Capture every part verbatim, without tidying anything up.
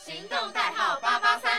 行动代号八八三。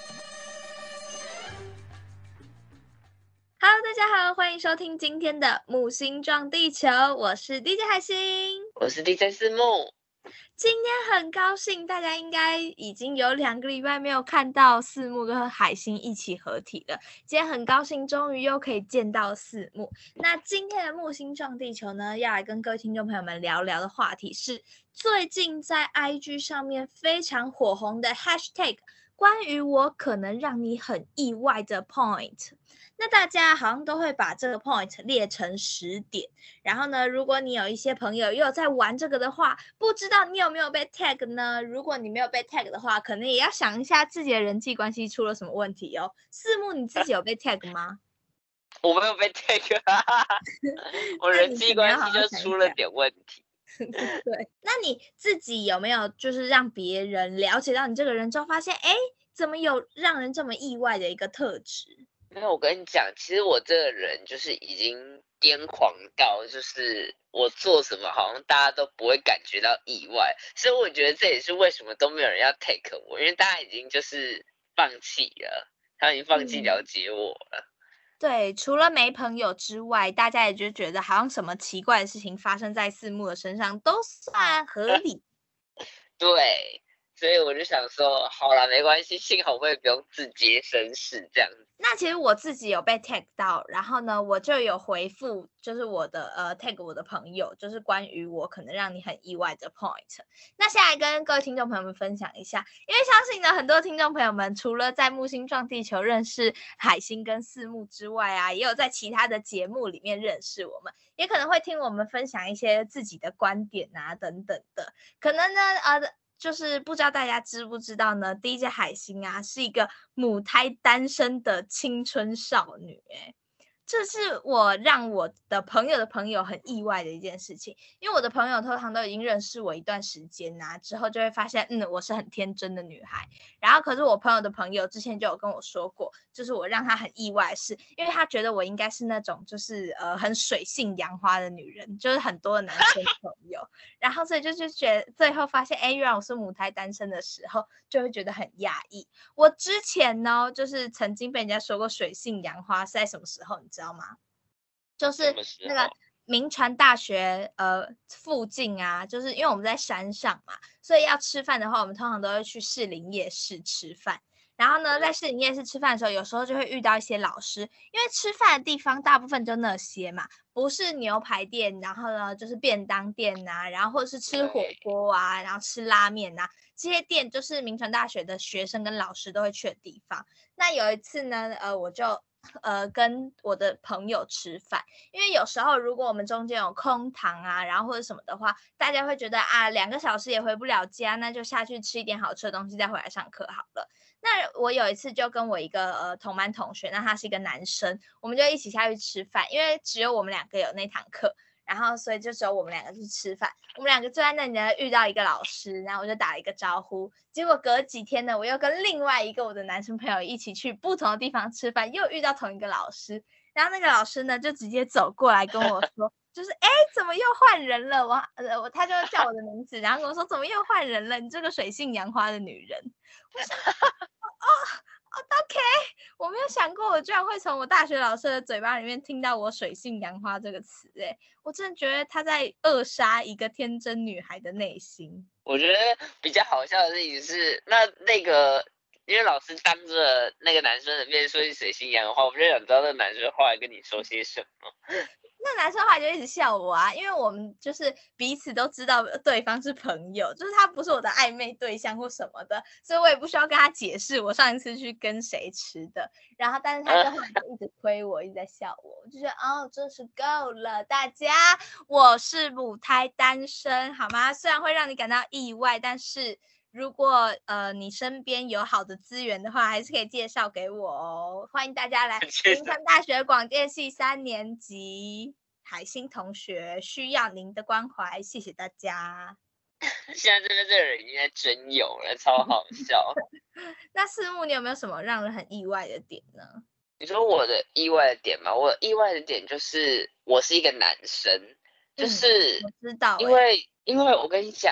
Hello， 大家好，欢迎收听今天的木星撞地球，我是 D J 海星， 我是 D J 四木。 今天很高兴，大家应该已经有两个礼拜没有看到四木跟海星一起合体了。今天很高兴，终于又可以见到四木。那今天的木星撞地球呢，要来跟各位听众朋友们聊聊的话题是最近在 I G 上面非常火红的 hashtag， 关于我可能让你很意外的 point。那大家好像都会把这个 point 列成十点，然后呢，如果你有一些朋友又有在玩这个的话，不知道你有没有被 tag 呢？如果你没有被 tag 的话，可能也要想一下自己的人际关系出了什么问题哦。四木，你自己有被 tag 吗？ 我没有被 tag 啊，我人际关系就出了点问题。 对，那你自己有没有就是让别人了解到你这个人之后，发现哎，怎么有让人这么意外的一个特质？ 因为我跟你讲，其实我这个人就是已经癫狂到，就是我做什么好像大家都不会感觉到意外，所以我觉得这也是为什么都没有人要 take 我，因为大家已经就是放弃了，他们已经放弃了解我了。 嗯，对，除了没朋友之外，大家也就觉得好像什么奇怪的事情发生在四木的身上都算合理。 对，所以我就想说，好啦，没关系，幸好我也不用自揭身世这样子。 那其实我自己有被 tag 到，然后呢，我就有回复，就是我的呃 tag 我的朋友，就是关于我可能让你很意外的 point。那现在跟各位听众朋友们分享一下，因为相信呢，很多听众朋友们除了在木星撞地球认识海星跟四木之外啊，也有在其他的节目里面认识我们，也可能会听我们分享一些自己的观点啊等等的，可能呢呃。就是不知道大家知不知道呢 ，D J 海星啊是一个母胎单身的青春少女、欸，这是我让我的朋友的朋友很意外的一件事情，因为我的朋友通常都已经认识我一段时间啊，之后就会发现，嗯，我是很天真的女孩。然后，可是我朋友的朋友之前就有跟我说过，就是我让他很意外的是，因为他觉得我应该是那种就是呃很水性杨花的女人，就是很多的男生朋友，然后所以就是觉得最后发现，哎，原来我是母胎单身的时候，就会觉得很讶异。我之前呢，就是曾经被人家说过水性杨花是在什么时候，你知道吗？就是那个铭传大学呃附近啊，就是因为我们在山上嘛，所以要吃饭的话，我们通常都会去士林夜市吃饭。然后呢，在士林夜市吃饭的时候，有时候就会遇到一些老师，因为吃饭的地方大部分就那些嘛，不是牛排店，然后呢就是便当店啊，然后或者是吃火锅啊，然后吃拉面啊，这些店就是铭传大学的学生跟老师都会去的地方。那有一次呢，呃，我就呃跟我的朋友吃饭，因为有时候如果我们中间有空堂啊，然后或者什么的话，大家会觉得啊两个小时也回不了家，那就下去吃一点好吃的东西再回来上课好了。那我有一次就跟我一个呃同班同学，那他是一个男生，我们就一起下去吃饭，因为只有我们两个有那堂课。然后所以就只有我们两个去吃饭，我们两个坐在那里呢，遇到一个老师，然后我就打了一个招呼。结果隔几天呢，我又跟另外一个我的男生朋友一起去不同的地方吃饭，又遇到同一个老师。然后那个老师呢，就直接走过来跟我说，就是哎，怎么又换人了？我呃，他就叫我的名字，然后跟我说怎么又换人了？你这个水性杨花的女人。我想，哦哦 ，OK， 我没有想过，我居然会从我大学老师的嘴巴里面听到我水性杨花这个词，哎，我真的觉得他在扼杀一个天真女孩的内心。 我觉得比较好笑的事情是，那那个因为老师当着那个男生的面说起水性杨花，我就想知道那个男生后来跟你说些什么。 那男生后来就一直笑我啊，因为我们就是彼此都知道对方是朋友，就是他不是我的暧昧对象或什么的，所以我也不需要跟他解释我上一次去跟谁吃的。然后，但是他就后来就一直推我，一直在笑我，我就觉得哦，真是够了，大家，我是母胎单身，好吗？虽然会让你感到意外，但是如果呃你身边有好的资源的话，还是可以介绍给我哦。欢迎大家来铭传大学广电系三年级海星同学，需要您的关怀，谢谢大家。 现在这边这个人已经在真有了，超好笑。 那四木，你有没有什么让人很意外的点呢？ 你说我的意外的点吗？我意外的点就是我是一个男生，就是、 嗯、我知道、欸， 因为因为我跟你讲，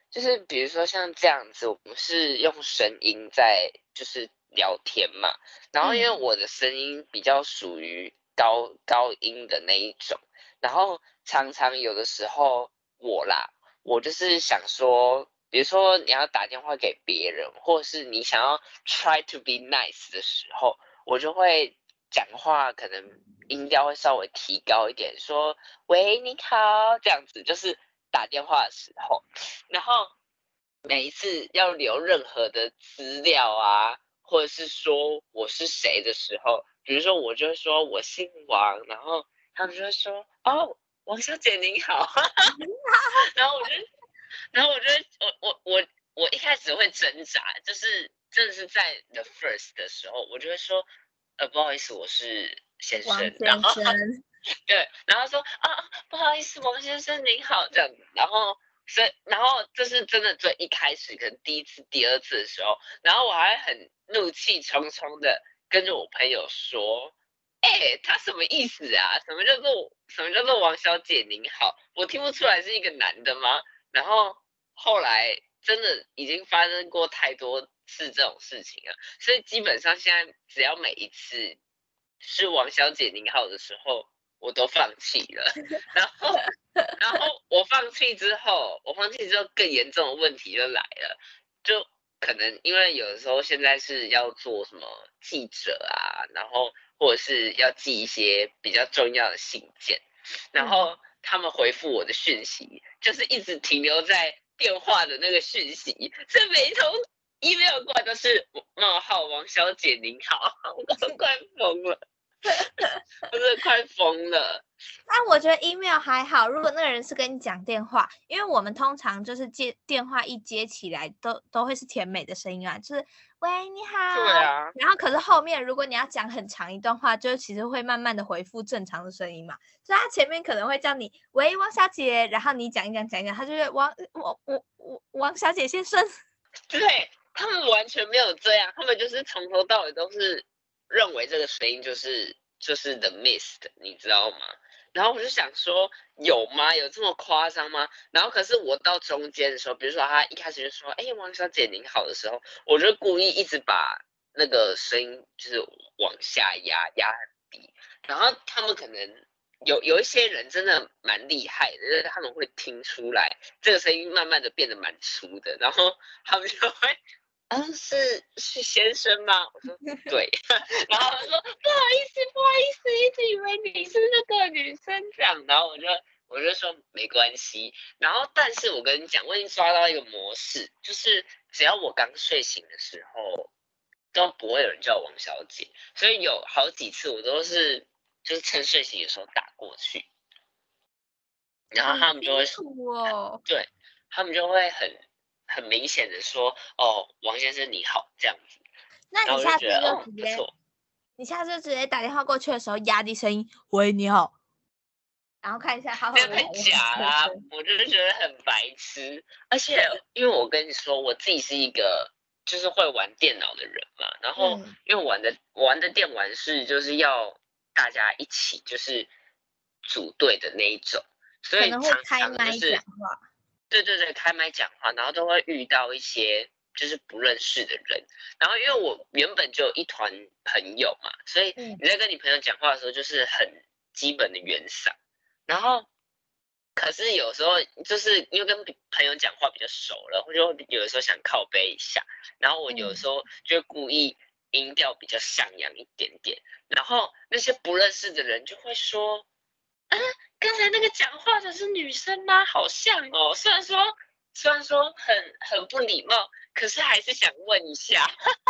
就是比如说像这样子，我们是用声音在就是聊天嘛，然后因为嗯我的声音比较属于高高音的那一种，然后常常有的时候我啦，我就是想说，比如说你要打电话给别人，或者是你想要 try to be nice 的时候，我就会讲话可能音调会稍微提高一点，说喂你好这样子，就是打电话的时候。然后每一次要留任何的资料啊，或者是说我是谁的时候，比如说我就会说我姓王，然后他们就会说哦，王小姐您好，然后我就，然后我就我我我我一开始会挣扎，就是真的是在 the first 的时候，我就会说呃不好意思，我是先王生，然后先生， 对，然后说啊不好意思，王先生您好这样子，然后。所以，然后这是真的最一开始，可能第一次、第二次的时候，然后我还很怒气冲冲的跟着我朋友说：“哎、欸，他什么意思啊？什么叫做什么叫做王小姐您好？我听不出来是一个男的吗？”然后后来真的已经发生过太多次这种事情了，所以基本上现在只要每一次是王小姐您好的时候，我都放弃了，然后。然后我放弃之后，我放弃之后更严重的问题就来了，就可能因为有的时候现在是要做什么记者啊，然后或者是要寄一些比较重要的信件，然后他们回复我的讯息就是一直停留在电话的那个讯息，所以每一通 email 过来都是冒号王小姐您好，我都快疯了，我真的快疯了。 但我觉得 email 还好，如果那个人是跟你讲电话，因为我们通常就是接电话一接起来都都会是甜美的声音啊，就是喂你好， 对啊， 然后可是后面如果你要讲很长一段话，就其实会慢慢的回复正常的声音嘛，所以他前面可能会叫你喂王小姐，然后你讲一讲讲一讲，他就会王我我我王小姐先生， 对，他们完全没有这样，他们就是从头到尾都是认为这个声音就是就是 the mist， 你知道吗？然后我就想说，有吗？有这么夸张吗？然后可是我到中间的时候，比如说他一开始就说：“哎，王小姐您好”的时候，我就故意一直把那个声音就是往下压，压很低。然后他们可能有有一些人真的蛮厉害的，就是他们会听出来这个声音慢慢的变得蛮粗的，然后他们就会。啊，是是先生吗？我说对，然后他说不好意思，不好意思，一直以为你是那个女生这样，然后我就我就说没关系，然后但是我跟你讲，我已经抓到一个模式，就是只要我刚睡醒的时候，都不会有人叫王小姐，所以有好几次我都是就是趁睡醒的时候打过去，然后他们就会辛苦哦， 对，他们就会很。很明显的说，哦，王先生你好，这样子。 那你下次就哦、 直接， 不你下次直接打电话过去的时候压低声音，喂你好，然后看一下他会不会太假啦、啊，我就是觉得很白痴。而且因为我跟你说，我自己是一个就是会玩电脑的人嘛，然后因为我玩的我玩的电玩是就是要大家一起就是组队的那一种，所以常常就是讲话。 对对对，开麦讲话，然后都会遇到一些就是不认识的人。然后因为我原本就有一团朋友嘛，所以你在跟你朋友讲话的时候，就是很基本的原嗓。然后，可是有时候就是因为跟朋友讲话比较熟了，或者有的时候想靠背一下，然后我有时候就故意音调比较上扬一点点，然后那些不认识的人就会说。啊，刚才那个讲话的是女生吗？好像哦，虽然说虽然说很很不礼貌，可是还是想问一下。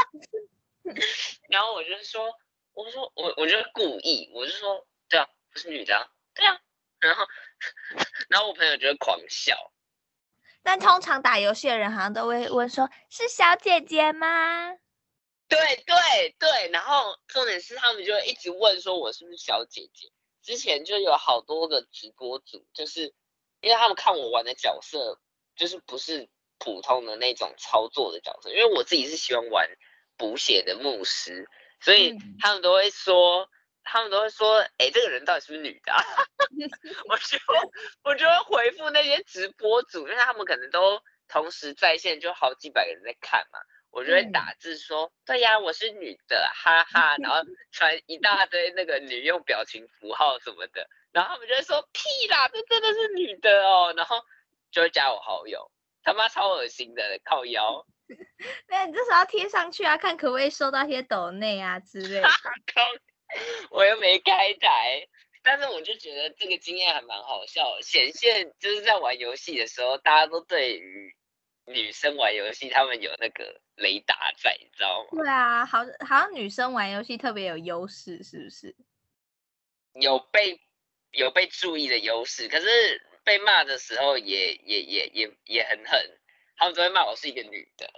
然后我就说，我说我我就故意，我就说，对啊，不是女的、啊，对啊。然后然后我朋友就会狂笑。 但通常打游戏的人好像都会问说，是小姐姐吗？ 对对对，然后重点是他们就会一直问说我是不是小姐姐。之前就有好多个直播组，就是因为他们看我玩的角色，就是不是普通的那种操作的角色，因为我自己是喜欢玩补血的牧师，所以他们都会说，嗯、他们都会说，哎、欸，这个人到底是不是女的、啊？我就我就会回复那些直播组，因为他们可能都同时在线就好几百个人在看嘛，我就会打字说，嗯、对呀，我是女的，哈哈，然后传一大堆那个女用表情符号什么的，然后他们就会说屁啦，这真的是女的哦，然后就会加我好友，他妈超恶心的，靠腰。 那你这时候要贴上去啊，看可不可以收到一些抖内啊之类的。 我又没开台，但是我就觉得这个经验还蛮好笑的，显现就是在玩游戏的时候，大家都对于女生玩游戏，他们有那个雷达在，你知道吗？ 对啊，好，好像女生玩游戏特别有优势，是不是？ 有被有被注意的优势，可是被骂的时候也也也也也很狠，他们都会骂我是一个女的。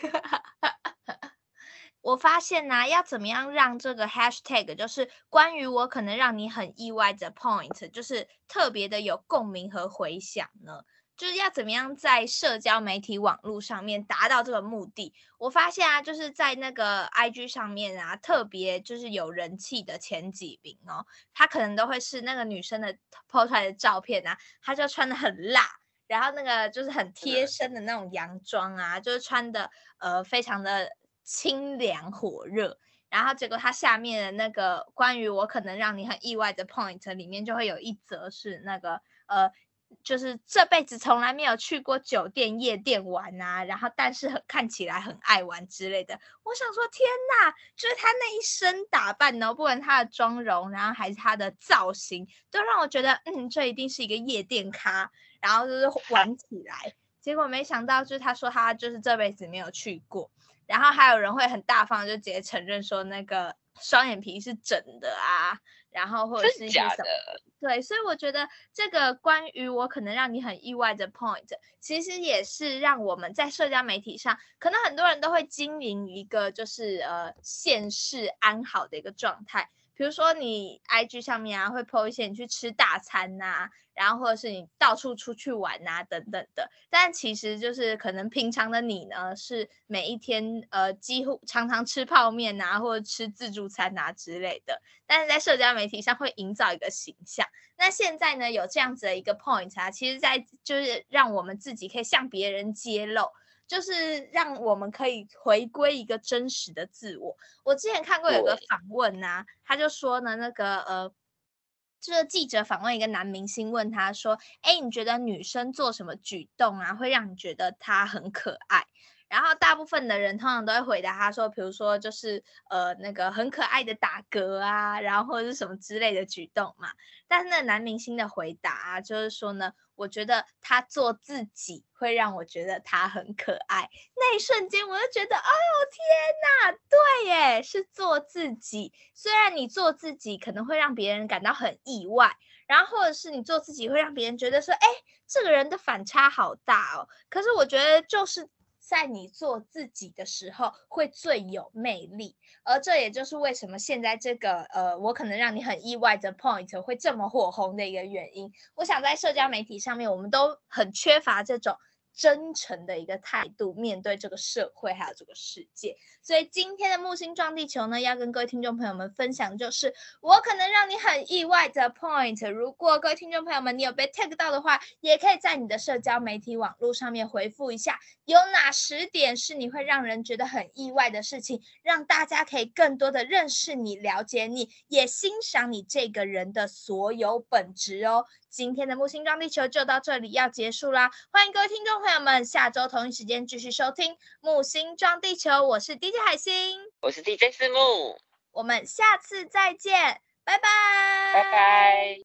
我发现呢、啊，要怎么样让这个 hashtag 就是关于我可能让你很意外的 point， 就是特别的有共鸣和回响呢？就是要怎么样在社交媒体网络上面达到这个目的？我发现啊，就是在那个 I G 上面啊，特别就是有人气的前几名哦，他可能都会是那个女生的 po 出来的照片啊，她就穿的很辣。然后那个就是很贴身的那种洋装啊，就是穿的呃非常的清凉火热，然后结果它下面的那个关于我可能让你很意外的 point 里面就会有一则是那个呃就是这辈子从来没有去过酒店夜店玩啊，然后但是很看起来很爱玩之类的。我想说天哪，就是他那一身打扮呢，不管他的妆容，然后还是他的造型，都让我觉得嗯，这一定是一个夜店咖，然后就是玩起来。结果没想到就是他说他就是这辈子没有去过，然后还有人会很大方就直接承认说那个双眼皮是整的啊，然后或者是一些什么，对，所以我觉得这个关于我可能让你很意外的 point， 其实也是让我们在社交媒体上，可能很多人都会经营一个就是呃现世安好的一个状态。比如说你 I G 上面啊会 po 一些你去吃大餐啊，然后或者是你到处出去玩啊等等的，但其实就是可能平常的你呢是每一天呃几乎常常吃泡面啊或者吃自助餐啊之类的，但是在社交媒体上会营造一个形象。那现在呢有这样子的一个 point 啊，其实在就是让我们自己可以向别人揭露，就是让我们可以回归一个真实的自我。我之前看过有个访问啊，他就说呢，那个呃，这个记者访问一个男明星，问他说：“哎，你觉得女生做什么举动啊，会让你觉得她很可爱？”然后大部分的人通常都会回答他说，比如说就是呃那个很可爱的打嗝啊，然后或者是什么之类的举动嘛。但是那个男明星的回答啊，就是说呢，我觉得他做自己会让我觉得他很可爱。那一瞬间我就觉得，哎呦天哪，对耶，是做自己。虽然你做自己可能会让别人感到很意外，然后或者是你做自己会让别人觉得说，哎，这个人的反差好大哦。可是我觉得就是在你做自己的时候会最有魅力，而这也就是为什么现在这个呃，我可能让你很意外的 point 会这么火红的一个原因。我想在社交媒体上面，我们都很缺乏这种真诚的一个态度面对这个社会还有这个世界。所以今天的木星撞地球呢，要跟各位听众朋友们分享就是我可能让你很意外的 point。如果各位听众朋友们你有被 tag 到的话，也可以在你的社交媒体网络上面回复一下，有哪十点是你会让人觉得很意外的事情，让大家可以更多的认识你、了解你，也欣赏你这个人的所有本质哦。今天的木星撞地球就到这里要结束啦，欢迎各位听众朋友们下周同一时间继续收听木星撞地球，我是 D J 海星， 我是 D J 四木， 我们下次再见，拜拜， 拜拜。